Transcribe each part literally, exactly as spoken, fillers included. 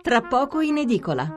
tra poco in edicola.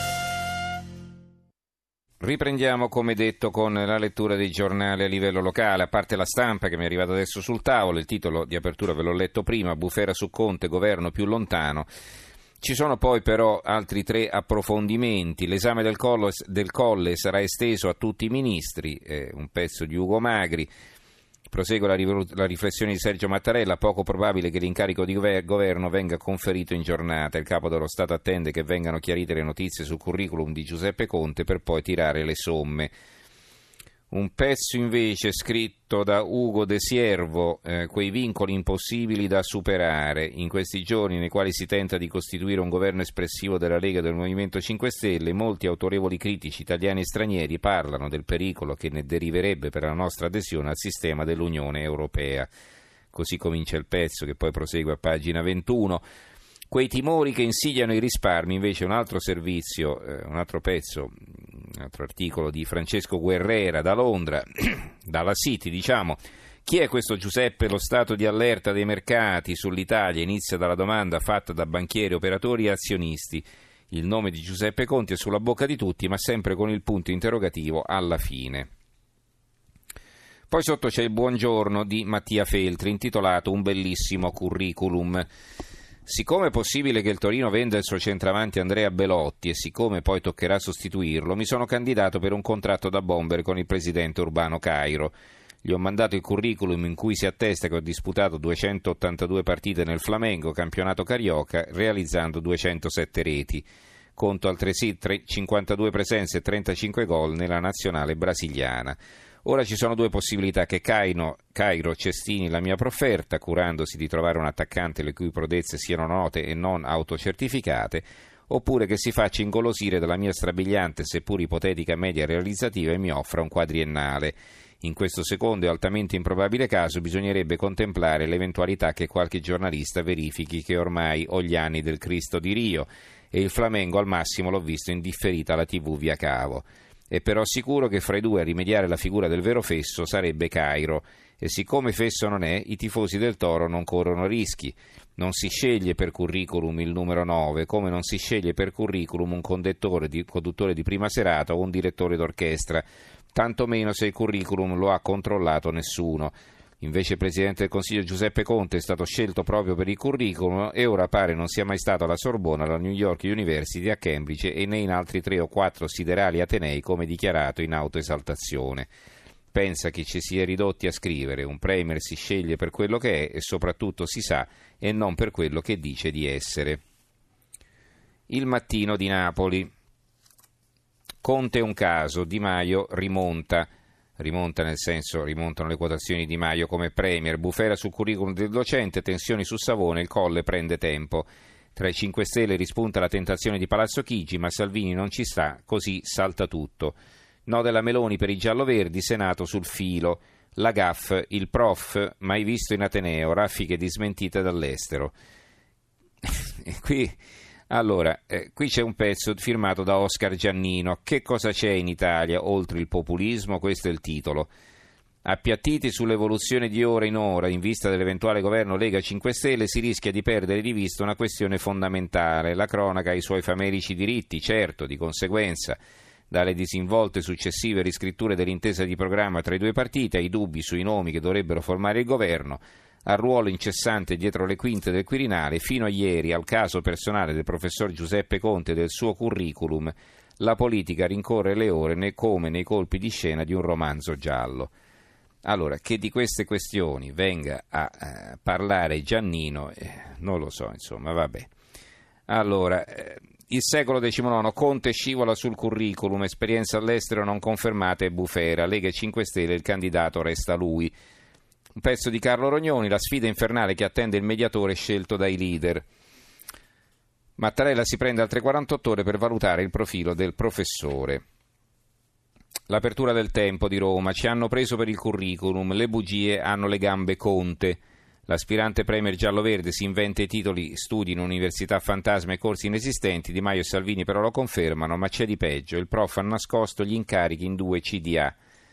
Riprendiamo, come detto, con la lettura dei giornali a livello locale, a parte La Stampa che mi è arrivata adesso sul tavolo. Il titolo di apertura ve l'ho letto prima: bufera su Conte, governo più lontano. Ci sono poi però altri tre approfondimenti. L'esame del Colle, del Colle sarà esteso a tutti i ministri, eh, un pezzo di Ugo Magri. Prosegue la, rivol- la riflessione di Sergio Mattarella: poco probabile che l'incarico di gover- governo venga conferito in giornata. Il capo dello Stato attende che vengano chiarite le notizie sul curriculum di Giuseppe Conte per poi tirare le somme. Un pezzo invece scritto da Ugo De Siervo, eh, quei vincoli impossibili da superare. In questi giorni nei quali si tenta di costituire un governo espressivo della Lega e del Movimento cinque Stelle, molti autorevoli critici italiani e stranieri parlano del pericolo che ne deriverebbe per la nostra adesione al sistema dell'Unione Europea. Così comincia il pezzo, che poi prosegue a pagina ventuno. Quei timori che insidiano i risparmi, invece, un altro servizio, eh, un altro pezzo, un altro articolo di Francesco Guerrera da Londra, dalla City, diciamo. Chi è questo Giuseppe? Lo stato di allerta dei mercati sull'Italia inizia dalla domanda fatta da banchieri, operatori e azionisti. Il nome di Giuseppe Conte è sulla bocca di tutti, ma sempre con il punto interrogativo alla fine. Poi sotto c'è il buongiorno di Mattia Feltri, intitolato Un bellissimo curriculum. Siccome è possibile che il Torino venda il suo centravanti Andrea Belotti e siccome poi toccherà sostituirlo, mi sono candidato per un contratto da bomber con il presidente Urbano Cairo. Gli ho mandato il curriculum in cui si attesta che ho disputato duecentottantadue partite nel Flamengo, campionato carioca, realizzando duecentosette reti. Conto altresì cinquantadue presenze e trentacinque gol nella nazionale brasiliana. Ora ci sono due possibilità: che Cairo, Cairo cestini la mia profferta, curandosi di trovare un attaccante le cui prodezze siano note e non autocertificate, oppure che si faccia ingolosire dalla mia strabiliante, seppur ipotetica media realizzativa e mi offra un quadriennale. In questo secondo e altamente improbabile caso bisognerebbe contemplare l'eventualità che qualche giornalista verifichi che ormai ho gli anni del Cristo di Rio e il Flamengo al massimo l'ho visto in differita alla tivù via cavo. È però sicuro che fra i due a rimediare la figura del vero Fesso sarebbe Cairo, e siccome Fesso non è, i tifosi del Toro non corrono rischi. Non si sceglie per curriculum il numero nove, come non si sceglie per curriculum un conduttore di, conduttore di prima serata o un direttore d'orchestra, tantomeno se il curriculum lo ha controllato nessuno. Invece il Presidente del Consiglio Giuseppe Conte è stato scelto proprio per il curriculum e ora pare non sia mai stato alla Sorbona, alla New York University, a Cambridge e né in altri tre o quattro siderali atenei come dichiarato in autoesaltazione. Pensa che ci si è ridotti a scrivere: un premier si sceglie per quello che è e soprattutto si sa e non per quello che dice di essere. Il Mattino di Napoli. Conte è un caso, Di Maio rimonta. Rimonta nel senso, rimontano le quotazioni di Maio come premier, bufera sul curriculum del docente, tensioni su Savone, il Colle prende tempo. Tra i cinque Stelle rispunta la tentazione di Palazzo Chigi, ma Salvini non ci sta, così salta tutto. No della Meloni per i gialloverdi, Senato sul filo. La gaffe, il prof, mai visto in Ateneo, raffiche di smentite dall'estero. E qui... Allora, eh, qui c'è un pezzo firmato da Oscar Giannino. Che cosa c'è in Italia oltre il populismo? Questo è il titolo. Appiattiti sull'evoluzione di ora in ora in vista dell'eventuale governo Lega cinque Stelle, si rischia di perdere di vista una questione fondamentale. La cronaca ha i suoi famelici diritti, certo, di conseguenza. Dalle disinvolte successive riscritture dell'intesa di programma tra i due partiti, ai dubbi sui nomi che dovrebbero formare il governo, al ruolo incessante dietro le quinte del Quirinale, fino a ieri al caso personale del professor Giuseppe Conte e del suo curriculum, la politica rincorre le ore né come nei colpi di scena di un romanzo giallo. Allora, che di queste questioni venga a eh, parlare Giannino, eh, non lo so, insomma, vabbè. Allora, eh, il secolo diciannove, Conte scivola sul curriculum, esperienza all'estero non confermata e bufera, Lega e cinque Stelle, il candidato resta lui. Un pezzo di Carlo Rognoni, la sfida infernale che attende il mediatore scelto dai leader. Mattarella si prende altre quarantotto ore per valutare il profilo del professore. L'apertura del Tempo di Roma. Ci hanno preso per il curriculum, le bugie hanno le gambe Conte. L'aspirante premier giallo-verde si inventa i titoli studi in università fantasma e corsi inesistenti. Di Maio e Salvini però lo confermano, ma c'è di peggio. Il prof ha nascosto gli incarichi in due C D A.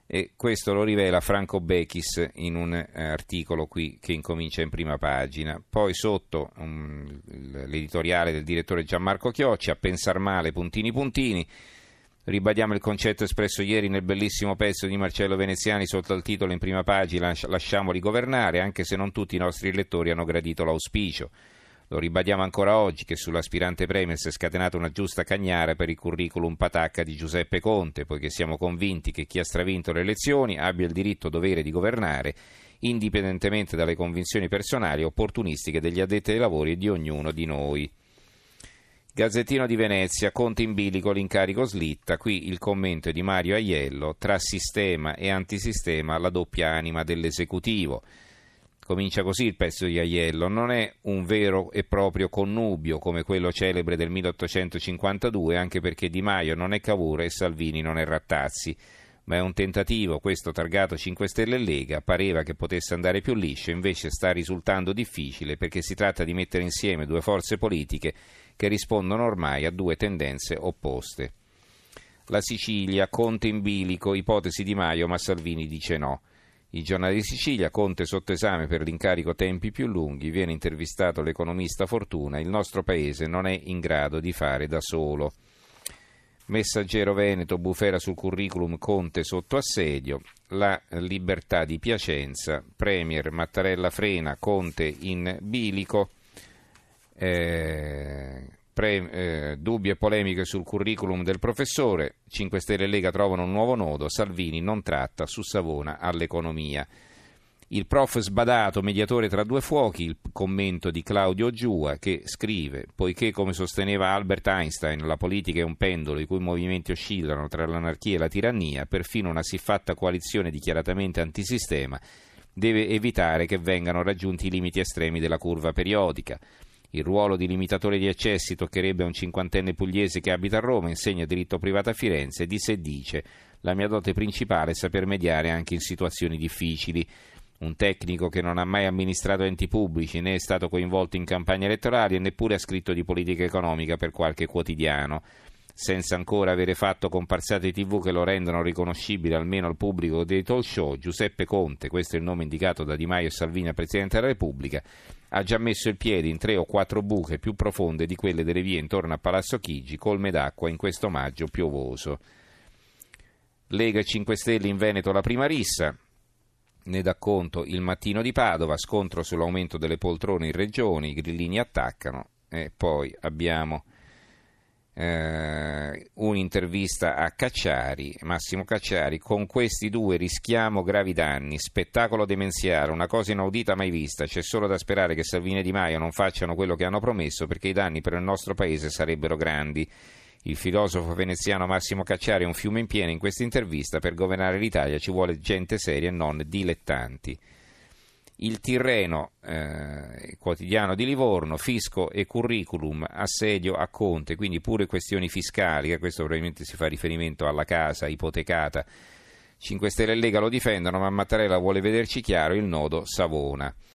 E questo lo rivela Franco Bechis in un eh, articolo qui che incomincia in prima pagina. Poi sotto um, l'editoriale del direttore Gianmarco Chiocci, a pensar male, puntini puntini. Ribadiamo il concetto espresso ieri nel bellissimo pezzo di Marcello Veneziani sotto il titolo in prima pagina "Lasciamoli governare", anche se non tutti i nostri lettori hanno gradito l'auspicio. Lo ribadiamo ancora oggi che sull'aspirante premier si è scatenata una giusta cagnara per il curriculum patacca di Giuseppe Conte, poiché siamo convinti che chi ha stravinto le elezioni abbia il diritto dovere di governare, indipendentemente dalle convinzioni personali e opportunistiche degli addetti ai lavori e di ognuno di noi. Gazzettino di Venezia, Conte in bilico, l'incarico slitta, qui il commento è di Mario Aiello, tra sistema e antisistema la doppia anima dell'esecutivo. Comincia così il pezzo di Aiello: non è un vero e proprio connubio come quello celebre del milleottocentocinquantadue, anche perché Di Maio non è Cavour e Salvini non è Rattazzi, ma è un tentativo, questo targato cinque Stelle e Lega, pareva che potesse andare più liscio, invece sta risultando difficile perché si tratta di mettere insieme due forze politiche che rispondono ormai a due tendenze opposte. La Sicilia, Conte in bilico, ipotesi Di Maio, ma Salvini dice no. I giornali di Sicilia, Conte sotto esame per l'incarico tempi più lunghi, viene intervistato l'economista Fortuna, il nostro paese non è in grado di fare da solo. Messaggero Veneto, bufera sul curriculum, Conte sotto assedio. La Libertà di Piacenza, Premier Mattarella frena, Conte in bilico. Eh... Pre, eh, dubbi e polemiche sul curriculum del professore, cinque Stelle e Lega trovano un nuovo nodo, Salvini non tratta su Savona all'economia. Il prof sbadato, mediatore tra due fuochi, il commento di Claudio Giua che scrive: poiché come sosteneva Albert Einstein la politica è un pendolo i cui movimenti oscillano tra l'anarchia e la tirannia, perfino una siffatta coalizione dichiaratamente antisistema deve evitare che vengano raggiunti i limiti estremi della curva periodica. Il ruolo di limitatore di eccessi toccherebbe a un cinquantenne pugliese che abita a Roma, insegna diritto privato a Firenze e di sé dice: la mia dote principale è saper mediare anche in situazioni difficili. Un tecnico che non ha mai amministrato enti pubblici, né è stato coinvolto in campagne elettorali e neppure ha scritto di politica economica per qualche quotidiano. Senza ancora avere fatto comparsate tivù che lo rendono riconoscibile almeno al pubblico dei talk show, Giuseppe Conte, questo è il nome indicato da Di Maio e Salvini al Presidente della Repubblica, ha già messo il piede in tre o quattro buche più profonde di quelle delle vie intorno a Palazzo Chigi, colme d'acqua in questo maggio piovoso. Lega e cinque Stelle in Veneto la prima rissa. Ne dà conto il Mattino di Padova, scontro sull'aumento delle poltrone in regione, i grillini attaccano. E poi abbiamo eh, un'intervista a Cacciari, Massimo Cacciari: con questi due rischiamo gravi danni, spettacolo demenziale, una cosa inaudita mai vista, c'è solo da sperare che Salvini e Di Maio non facciano quello che hanno promesso perché i danni per il nostro paese sarebbero grandi. Il filosofo veneziano Massimo Cacciari è un fiume in piena in questa intervista: per governare l'Italia ci vuole gente seria e non dilettanti. Il Tirreno, eh, quotidiano di Livorno, fisco e curriculum, assedio a Conte, quindi pure questioni fiscali, eh, questo probabilmente si fa riferimento alla casa ipotecata. cinque Stelle e Lega lo difendono, ma Mattarella vuole vederci chiaro il nodo Savona.